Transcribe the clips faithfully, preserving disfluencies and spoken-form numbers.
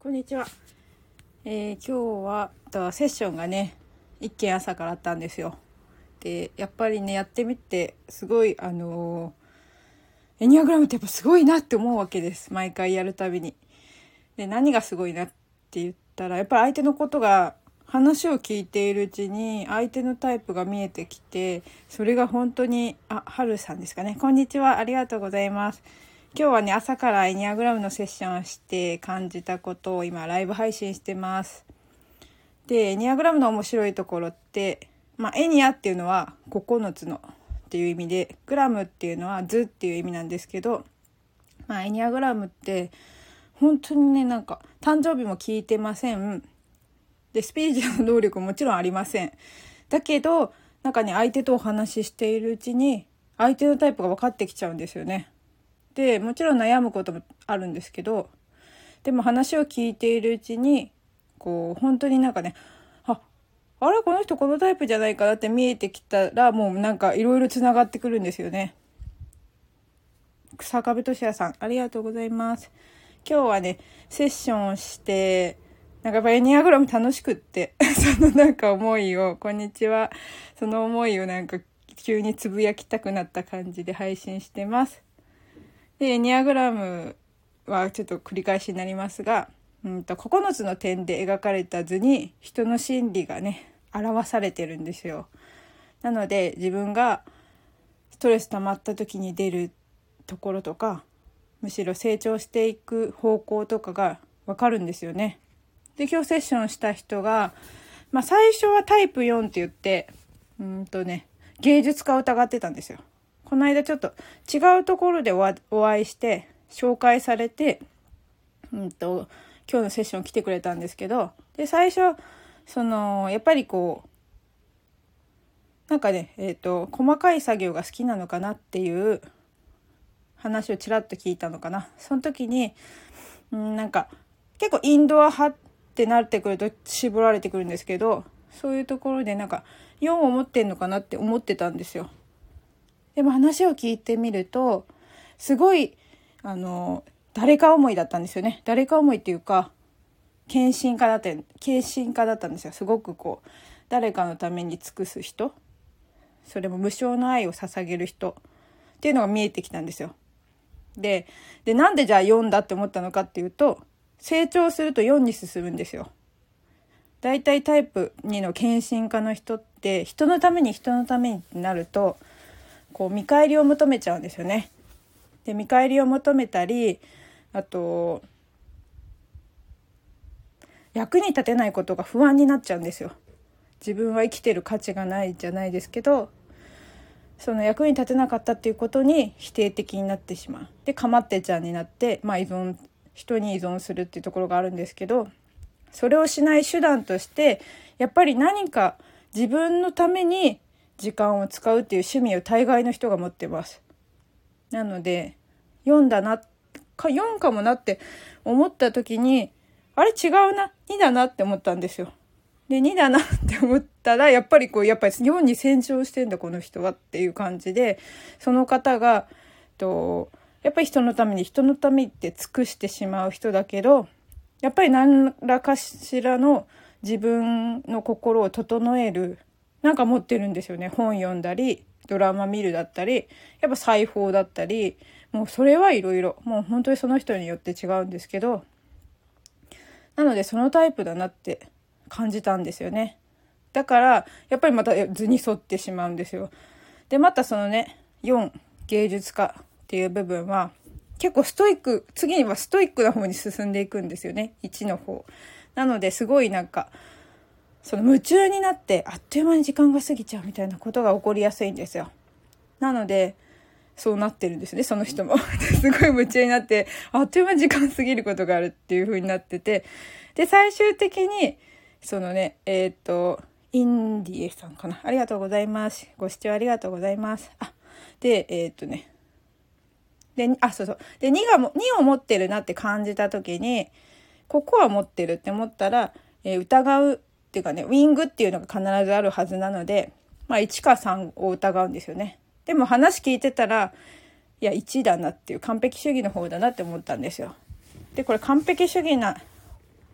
こんにちは。えー、今日はとセッションがね一件朝からあったんですよ。でやっぱりねやってみてすごいあのー、エニアグラムってやっぱすごいなって思うわけです。毎回やるたびに。で何がすごいなって言ったらやっぱり相手のことが話を聞いているうちに相手のタイプが見えてきて、それが本当にあはるさんですかね。こんにちは、ありがとうございます。今日はね朝からエニアグラムのセッションをして感じたことを今ライブ配信してます。でエニアグラムの面白いところって、まあ、エニアっていうのはここのつのっていう意味で、グラムっていうのは図っていう意味なんですけど、まあ、エニアグラムって本当にねなんか誕生日も聞いてませんで、スピリチュアルの能力ももちろんありません。だけどなんかね相手とお話ししているうちに相手のタイプが分かってきちゃうんですよね。でもちろん悩むこともあるんですけど、でも話を聞いているうちにこう本当になんかね、ああれこの人このタイプじゃないかなって見えてきたら、もうなんかいろいろつながってくるんですよね。草壁俊也さんありがとうございます。今日はねセッションをしてなんかやっぱエニアグラム楽しくってそのなんか思いを、こんにちは、その思いをなんか急につぶやきたくなった感じで配信してます。でエニアグラムはちょっと繰り返しになりますが、うんとここのつの点で描かれた図に人の心理がね表されてるんですよ。なので自分がストレス溜まった時に出るところとか、むしろ成長していく方向とかが分かるんですよね。で今日セッションした人が、まあ、最初はタイプよんって言ってうんとね芸術家を疑ってたんですよ。この間ちょっと違うところでお会いして紹介されて、うんと今日のセッション来てくれたんですけど、で最初そのやっぱりこうなんかねえっと細かい作業が好きなのかなっていう話をちらっと聞いたのかな。その時に、うん、なんか結構インドア派ってなってくると絞られてくるんですけど、そういうところでなんかよんを持ってんのかなって思ってたんですよ。でも話を聞いてみるとすごいあの誰か思いだったんですよね。誰か思いっていうか献身家だった献身家だったんですよ。すごくこう誰かのために尽くす人、それも無償の愛を捧げる人っていうのが見えてきたんですよ。で、でなんでじゃあよんだって思ったのかっていうと、成長するとよんに進むんですよ。だいたいタイプにの献身家の人って人のために人のためになるとこう見返りを求めちゃうんですよね。で見返りを求めたり、あと役に立てないことが不安になっちゃうんですよ。自分は生きてる価値がないじゃないですけど、その役に立てなかったっていうことに否定的になってしまう。でかまってちゃんになって、まあ、依存人に依存するっていうところがあるんですけど、それをしない手段としてやっぱり何か自分のために時間を使うっていう趣味を大概の人が持ってます。なのでよんだなかよんかもなって思った時に、あれ違うなにだなって思ったんですよ。でにだなって思ったらやっぱりこうやっぱりよんに成長してんだこの人はっていう感じで、その方がとやっぱり人のために人のためにって尽くしてしまう人だけど、やっぱり何らかしらの自分の心を整えるなんか持ってるんですよね。本読んだりドラマ見るだったり、やっぱ裁縫だったり、もうそれはいろいろもう本当にその人によって違うんですけど、なのでそのタイプだなって感じたんですよね。だからやっぱりまた図に沿ってしまうんですよ。でまたそのねよん芸術家っていう部分は結構ストイック、次にはストイックな方に進んでいくんですよね。いちの方なのですごいなんかその夢中になってあっという間に時間が過ぎちゃうみたいなことが起こりやすいんですよ。なのでそうなってるんですね、その人もすごい夢中になってあっという間に時間過ぎることがあるっていう風になってて、で最終的にそのねえっ、ー、とインディエさんかな、ありがとうございます、ご視聴ありがとうございます。あでえっ、ー、とねであそうそうでにがもにを持ってるなって感じた時に、ここは持ってるって思ったら、えー、疑うっていうかねウィングっていうのが必ずあるはずなので、まあいちかさんを疑うんですよね。でも話聞いてたらいやいちだなっていう完璧主義の方だなって思ったんですよ。でこれ完璧主義な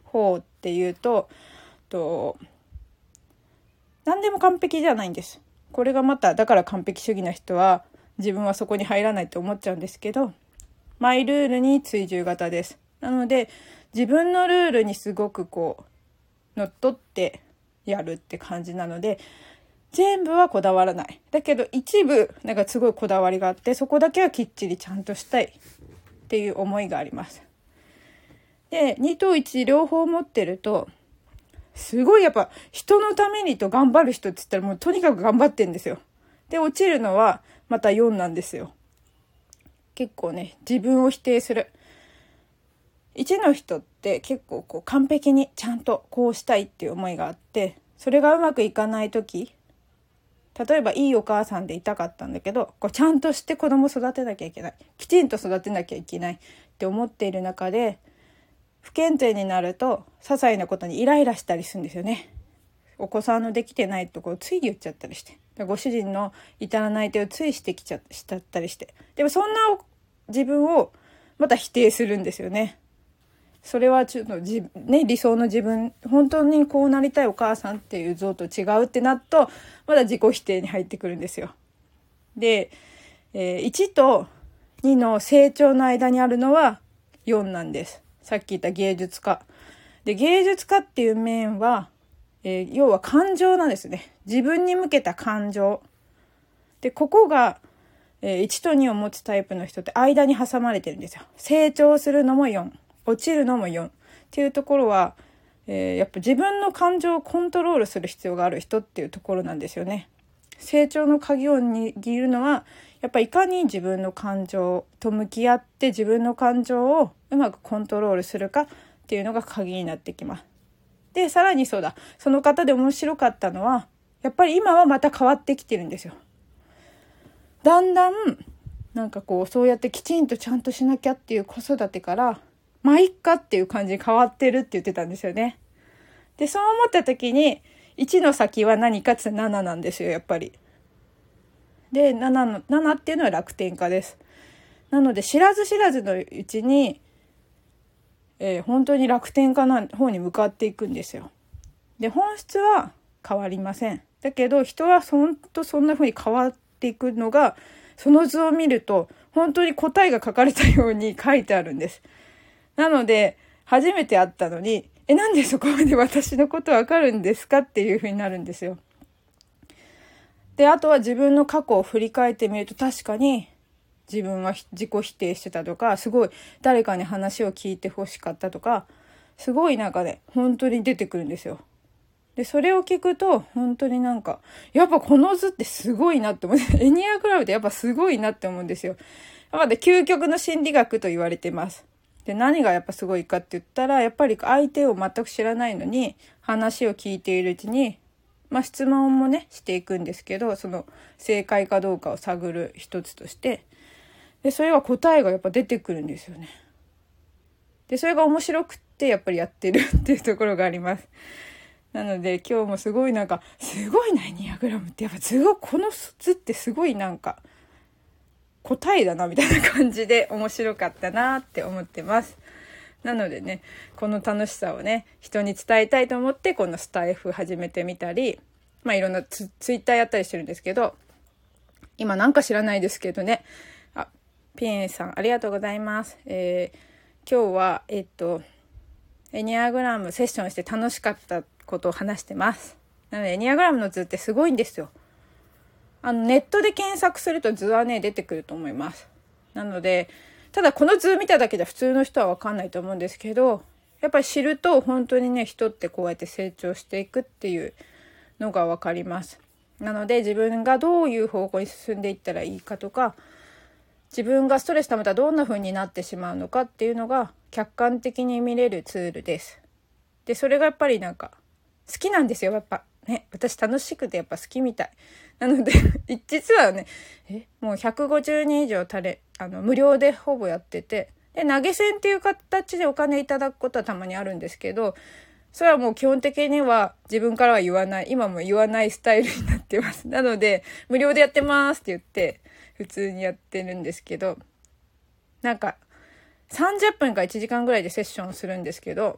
方っていうと、と何でも完璧じゃないんです。これがまただから完璧主義な人は自分はそこに入らないと思っちゃうんですけど、マイルールに追従型です。なので自分のルールにすごくこうのっとってやるって感じなので、全部はこだわらない。だけど一部なんかすごいこだわりがあって、そこだけはきっちりちゃんとしたいっていう思いがあります。で、にといち両方持ってると、すごいやっぱ人のためにと頑張る人って言ったらもうとにかく頑張ってんですよ。で、落ちるのはまたよんなんですよ。結構ね、自分を否定する。いちの人って結構こう完璧にちゃんとこうしたいっていう思いがあって、それがうまくいかないとき、例えばいいお母さんでいたかったんだけど、こうちゃんとして子供育てなきゃいけない、きちんと育てなきゃいけないって思っている中で、不健全になると些細なことにイライラしたりするんですよね。お子さんのできてないところつい言っちゃったりして、ご主人の至らない手をついしてきちゃったりして、でもそんな自分をまた否定するんですよね。それはちょっとじ、ね、理想の自分、本当にこうなりたいお母さんっていう像と違うってなると、まだ自己否定に入ってくるんですよ。で、えー、いちとにの成長の間にあるのはよんなんです。さっき言った芸術家で、芸術家っていう面は、えー、要は感情なんですね。自分に向けた感情で、ここが、えー、いちとにを持つタイプの人って間に挟まれてるんですよ。成長するのもよん、落ちるのもよんっていうところは、えー、やっぱ自分の感情をコントロールする必要がある人っていうところなんですよね。成長の鍵を握るのはやっぱりいかに自分の感情と向き合って自分の感情をうまくコントロールするかっていうのが鍵になってきます。で、さらにそうだ、その方で面白かったのは、やっぱり今はまた変わってきてるんですよ。だんだんなんかこうそうやってきちんとちゃんとしなきゃっていう子育てからまあいっかっていう感じに変わってるって言ってたんですよね。で、そう思った時にいちの先は何かってなななんですよ、やっぱり。で、ななのななっていうのは楽天家です。なので知らず知らずのうちに、えー、本当に楽天家の方に向かっていくんですよ。で、本質は変わりません。だけど人は本当そんな風に変わっていくのが、その図を見ると本当に答えが書かれたように書いてあるんです。なので初めて会ったのに、え、なんでそこまで私のことわかるんですかっていう風になるんですよ。で、あとは自分の過去を振り返ってみると、確かに自分は自己否定してたとか、すごい誰かに話を聞いてほしかったとか、すごいなんかね、本当に出てくるんですよ。で、それを聞くと本当になんか、やっぱこの図ってすごいなって思う。エニアグラムってやっぱすごいなって思うんですよ。まだ究極の心理学と言われてます。で、何がやっぱすごいかって言ったら、やっぱり相手を全く知らないのに話を聞いているうちに、まあ質問もねしていくんですけど、その正解かどうかを探る一つとして、でそれは答えがやっぱ出てくるんですよね。でそれが面白くってやっぱりやってるっていうところがあります。なので今日もすごいなんか、すごいなエニアグラムってやっぱすごい、この図ってすごいなんか答えだなみたいな感じで面白かったなって思ってます。なのでね、この楽しさをね人に伝えたいと思ってこのスタイフ始めてみたり、まあいろんな ツ, ツイッターやったりしてるんですけど、今なんか知らないですけどね、あ、ピエンさんありがとうございます。えー、今日はえっとエニアグラムセッションして楽しかったことを話してます。なのでエニアグラムの図ってすごいんですよ。あのネットで検索すると図はね出てくると思います。なのでただこの図見ただけじゃ普通の人は分かんないと思うんですけど、やっぱり知ると本当にね人ってこうやって成長していくっていうのが分かります。なので自分がどういう方向に進んでいったらいいかとか、自分がストレス溜めたらどんな風になってしまうのかっていうのが客観的に見れるツールです。でそれがやっぱりなんか好きなんですよ。やっぱね、私楽しくてやっぱ好きみたいなので実はね、えもうひゃくごじゅうにん以上タレあの無料でほぼやってて、で投げ銭っていう形でお金いただくことはたまにあるんですけど、それはもう基本的には自分からは言わない、今も言わないスタイルになってます。なので無料でやってますって言って普通にやってるんですけど、なんかさんじゅっぷんかいちじかんぐらいでセッションするんですけど、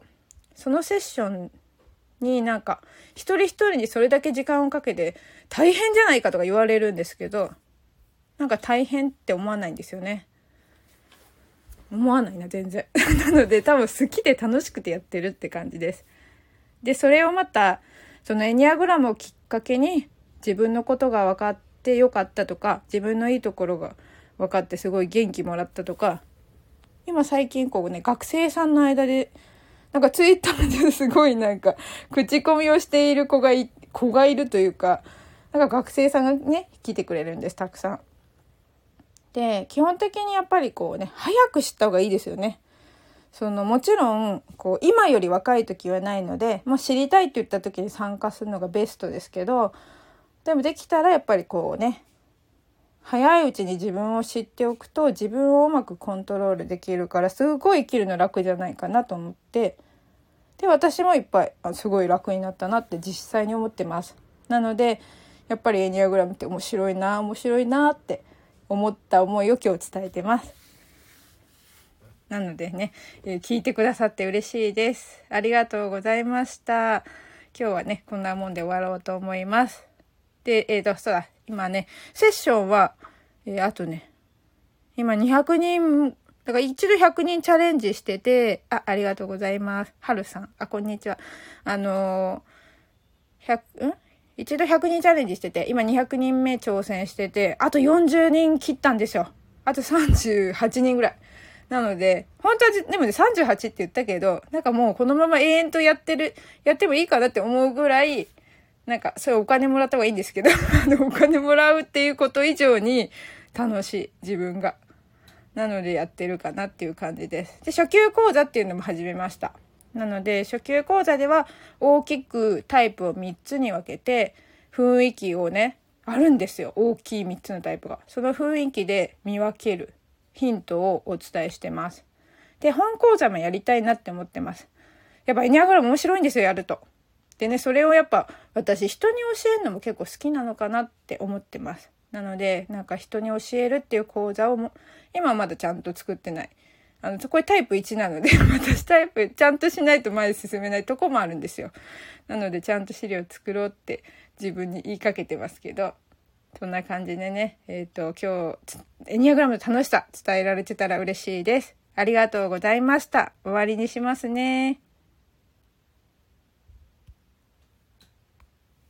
そのセッションになんか一人一人にそれだけ時間をかけて大変じゃないかとか言われるんですけど、なんか大変って思わないんですよね。思わないな全然なので多分好きで楽しくてやってるって感じです。でそれをまたそのエニアグラムをきっかけに自分のことが分かってよかったとか、自分のいいところが分かってすごい元気もらったとか、今最近こうね学生さんの間でなんかツイッターですごいなんか口コミをしている子がい子がいるというか、なんか学生さんがね来てくれるんです、たくさん。で基本的にやっぱりこうね早く知った方がいいですよね。そのもちろんこう今より若い時はないので、もう知りたいって言った時に参加するのがベストですけど、でもできたらやっぱりこうね早いうちに自分を知っておくと自分をうまくコントロールできるから、すごい生きるの楽じゃないかなと思って、で私もいっぱいすごい楽になったなって実際に思ってます。なのでやっぱりエニアグラムって面白いな面白いなって思った思いを今日伝えてます。なのでね、えー、聞いてくださって嬉しいです。ありがとうございました。今日はねこんなもんで終わろうと思います。でえーとそうだ今ねセッションは、えー、あとね今にひゃくにんだから一度ひゃくにんチャレンジしてて、あありがとうございます。はるさん、あこんにちは。あのー、ひゃくん一度ひゃくにんチャレンジしてて、今にひゃくにんめ挑戦してて、あとよんじゅうにん切ったんですよ。あとさんじゅうはちにんぐらい。なので、本当はでもね、さんじゅうはちって言ったけど、なんかもうこのまま永遠とやってる、やってもいいかなって思うぐらい、なんか、それお金もらった方がいいんですけど、あの、お金もらうっていうこと以上に楽しい、自分が。なのでやってるかなっていう感じです。で、初級講座っていうのも始めました。なので、初級講座では大きくタイプをみっつに分けて、雰囲気をね、あるんですよ。大きいみっつのタイプが。その雰囲気で見分けるヒントをお伝えしてます。で、本講座もやりたいなって思ってます。やっぱエニアグラム面白いんですよ、やると。でね、それをやっぱ私人に教えるのも結構好きなのかなって思ってます。なので、なんか人に教えるっていう講座をも今はまだちゃんと作ってない。あの、これタイプいちなので、私タイプちゃんとしないと前に進めないとこもあるんですよ。なので、ちゃんと資料作ろうって自分に言いかけてますけど、そんな感じでね、えっと、今日、エニアグラムの楽しさ伝えられてたら嬉しいです。ありがとうございました。終わりにしますね。